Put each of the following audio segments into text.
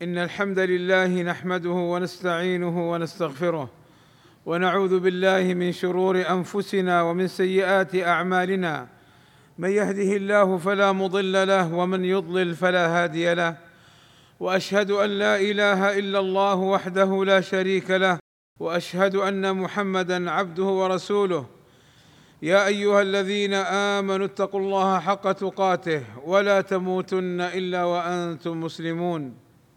إن الحمد لله نحمده ونستعينه ونستغفره، ونعوذ بالله من شرور أنفسنا ومن سيئات أعمالنا. من يهده الله فلا مضل له، ومن يضلل فلا هادي له. وأشهد أن لا إله إلا الله وحده لا شريك له، وأشهد أن محمدًا عبده ورسوله. يا أيها الذين آمنوا اتقوا الله حق تقاته ولا تموتن إلا وأنتم مسلمون.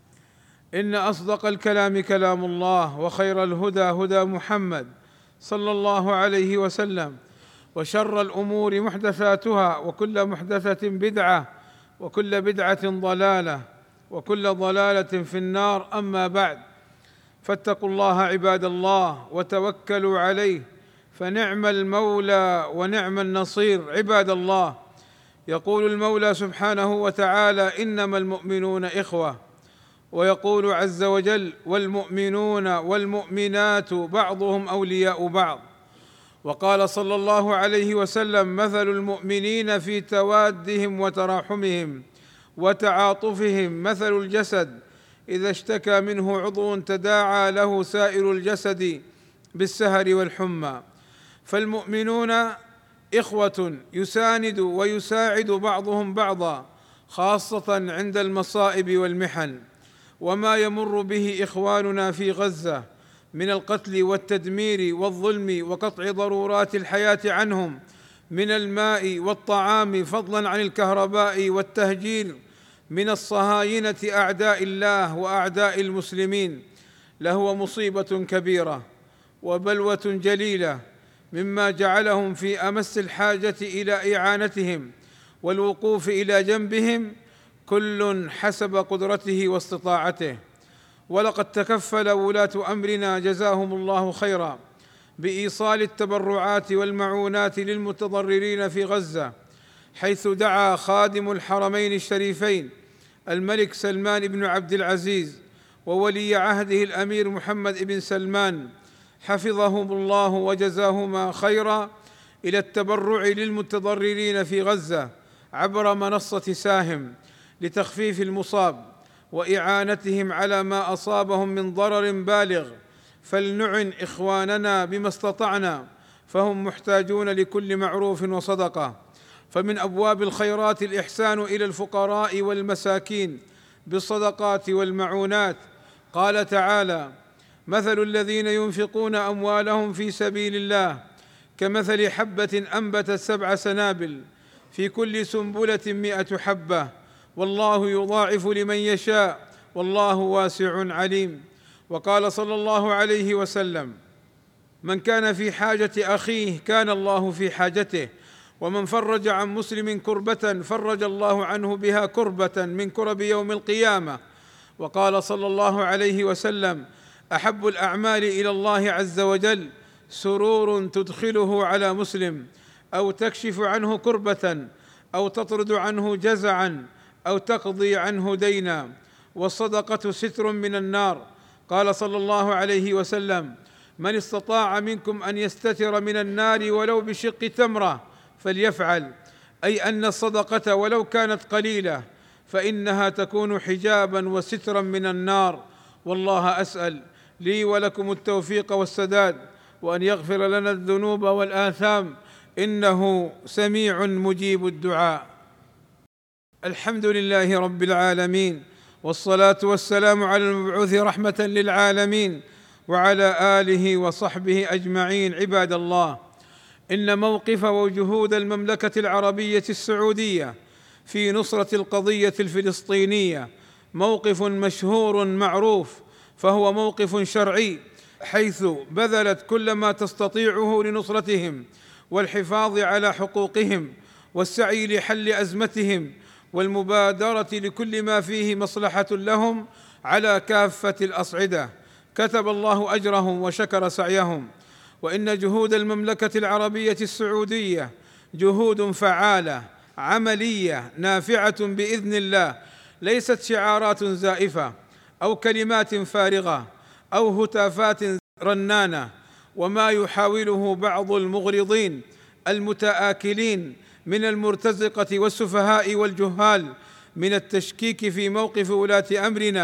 إن أصدق الكلام كلام الله، وخير الهدى هدى محمد صلى الله عليه وسلم، وشر الأمور محدثاتها، وكل محدثة بدعة، وكل بدعة ضلالة، وكل ضلالة في النار. أما بعد، فاتقوا الله عباد الله وتوكلوا عليه، فنعم المولى ونعم النصير. عباد الله، يقول المولى سبحانه وتعالى: إنما المؤمنون إخوة. ويقول عز وجل: والمؤمنون والمؤمنات بعضهم أولياء بعض. وقال صلى الله عليه وسلم: مثل المؤمنين في توادهم وتراحمهم وتعاطفهم مثل الجسد إذا اشتكى منه عضو تداعى له سائر الجسد بالسهر والحمى. فالمؤمنون إخوة يساند ويساعد بعضهم بعضا، خاصة عند المصائب والمحن. وما يمر به إخواننا في غزة من القتل والتدمير والظلم وقطع ضرورات الحياة عنهم من الماء والطعام، فضلا عن الكهرباء والتهجير من الصهاينة أعداء الله وأعداء المسلمين، لهو مصيبة كبيرة وبلوة جليلة، مما جعلهم في أمس الحاجة إلى إعانتهم والوقوف إلى جنبهم، كل حسب قدرته واستطاعته. ولقد تكفل ولاة أمرنا جزاهم الله خيرا بإيصال التبرعات والمعونات للمتضررين في غزة، حيث دعا خادم الحرمين الشريفين الملك سلمان بن عبد العزيز وولي عهده الأمير محمد بن سلمان حفظهم الله وجزاهما خيرا إلى التبرع للمتضررين في غزة عبر منصة ساهم لتخفيف المصاب وإعانتهم على ما أصابهم من ضرر بالغ. فلنعن إخواننا بما استطعنا، فهم محتاجون لكل معروف وصدقة. فمن أبواب الخيرات الإحسان إلى الفقراء والمساكين بالصدقات والمعونات. قال تعالى: مثل الذين ينفقون أموالهم في سبيل الله كمثل حبة أنبتت 7 سنابل في كل سنبلة 100 حبة، والله يضاعف لمن يشاء، والله واسع عليم. وقال صلى الله عليه وسلم: من كان في حاجة أخيه كان الله في حاجته، ومن فرج عن مسلم كربة فرج الله عنه بها كربة من كرب يوم القيامة. وقال صلى الله عليه وسلم: أحب الأعمال إلى الله عز وجل سرور تدخله على مسلم، أو تكشف عنه كربة، أو تطرد عنه جزعا، أو تقضي عنه دينا. والصدقة ستر من النار. قال صلى الله عليه وسلم: من استطاع منكم أن يستتر من النار ولو بشق تمرة فليفعل، أي أن الصدقة ولو كانت قليلة فإنها تكون حجابا وسترا من النار. والله أسأل لي ولكم التوفيق والسداد، وأن يغفر لنا الذنوب والآثام، إنه سميع مجيب الدعاء. الحمد لله رب العالمين، والصلاة والسلام على المبعوث رحمة للعالمين، وعلى آله وصحبه أجمعين. عباد الله، إن موقف وجهود المملكة العربية السعودية في نصرة القضية الفلسطينية موقف مشهور معروف، فهو موقف شرعي، حيث بذلت كل ما تستطيعه لنصرتهم والحفاظ على حقوقهم والسعي لحل أزمتهم والمبادرة لكل ما فيه مصلحة لهم على كافة الأصعدة. كتب الله أجرهم وشكر سعيهم. وإن جهود المملكة العربية السعودية جهود فعالة عملية نافعة بإذن الله، ليست شعارات زائفة أو كلمات فارغة أو هتافات رنانة، وما يحاوله بعض المغرضين المتآكلين من المرتزقة والسفهاء والجهال من التشكيك في موقف ولاة أمرنا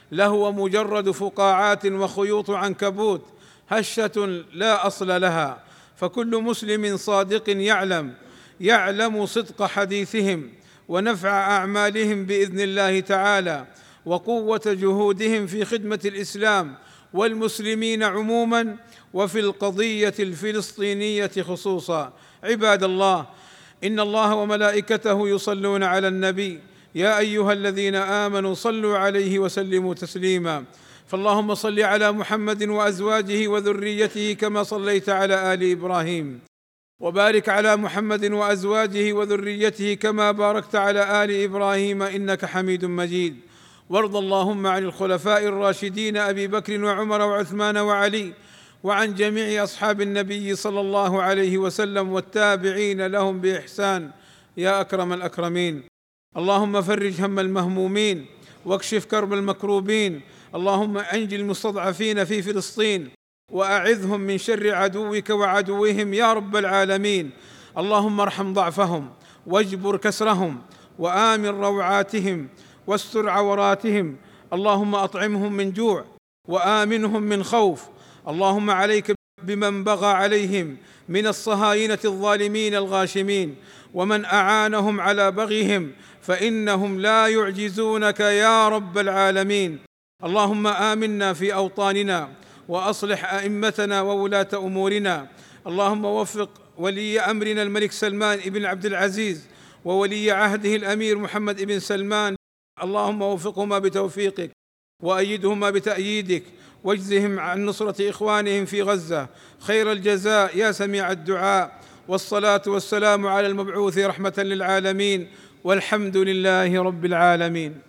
لهو مجرد فقاعات وخيوط عنكبوت هشة لا أصل لها. فكل مسلم صادق يعلم صدق حديثهم ونفع أعمالهم بإذن الله تعالى وقوة جهودهم في خدمة الإسلام والمسلمين عموما وفي القضية الفلسطينية خصوصا. عباد الله، إن الله وملائكته يصلون على النبي، يا أيها الذين آمنوا صلوا عليه وسلموا تسليما. فاللهم صل على محمد وأزواجه وذريته كما صليت على آل إبراهيم، وبارك على محمد وأزواجه وذريته كما باركت على آل إبراهيم إنك حميد مجيد. وارض اللهم عن الخلفاء الراشدين أبي بكر وعمر وعثمان وعلي، وعن جميع أصحاب النبي صلى الله عليه وسلم والتابعين لهم بإحسان يا أكرم الأكرمين. اللهم فرج هم المهمومين واكشف كرب المكروبين. اللهم أنج المستضعفين في فلسطين وأعذهم من شر عدوك وعدوهم يا رب العالمين. اللهم ارحم ضعفهم واجبر كسرهم وآمن روعاتهم واستر عوراتهم. اللهم أطعمهم من جوع وآمنهم من خوف. اللهم عليك بمن بغى عليهم من الصهاينة الظالمين الغاشمين ومن أعانهم على بغيهم، فإنهم لا يعجزونك يا رب العالمين. اللهم آمنا في أوطاننا وأصلح أئمتنا وولاة أمورنا. اللهم وفق ولي أمرنا الملك سلمان بن عبد العزيز وولي عهده الأمير محمد بن سلمان، اللهم وفقهما بتوفيقك وأيدهما بتأييدك، واجزهم عن نصرة إخوانهم في غزة خير الجزاء يا سميع الدعاء. والصلاة والسلام على المبعوث رحمة للعالمين، والحمد لله رب العالمين.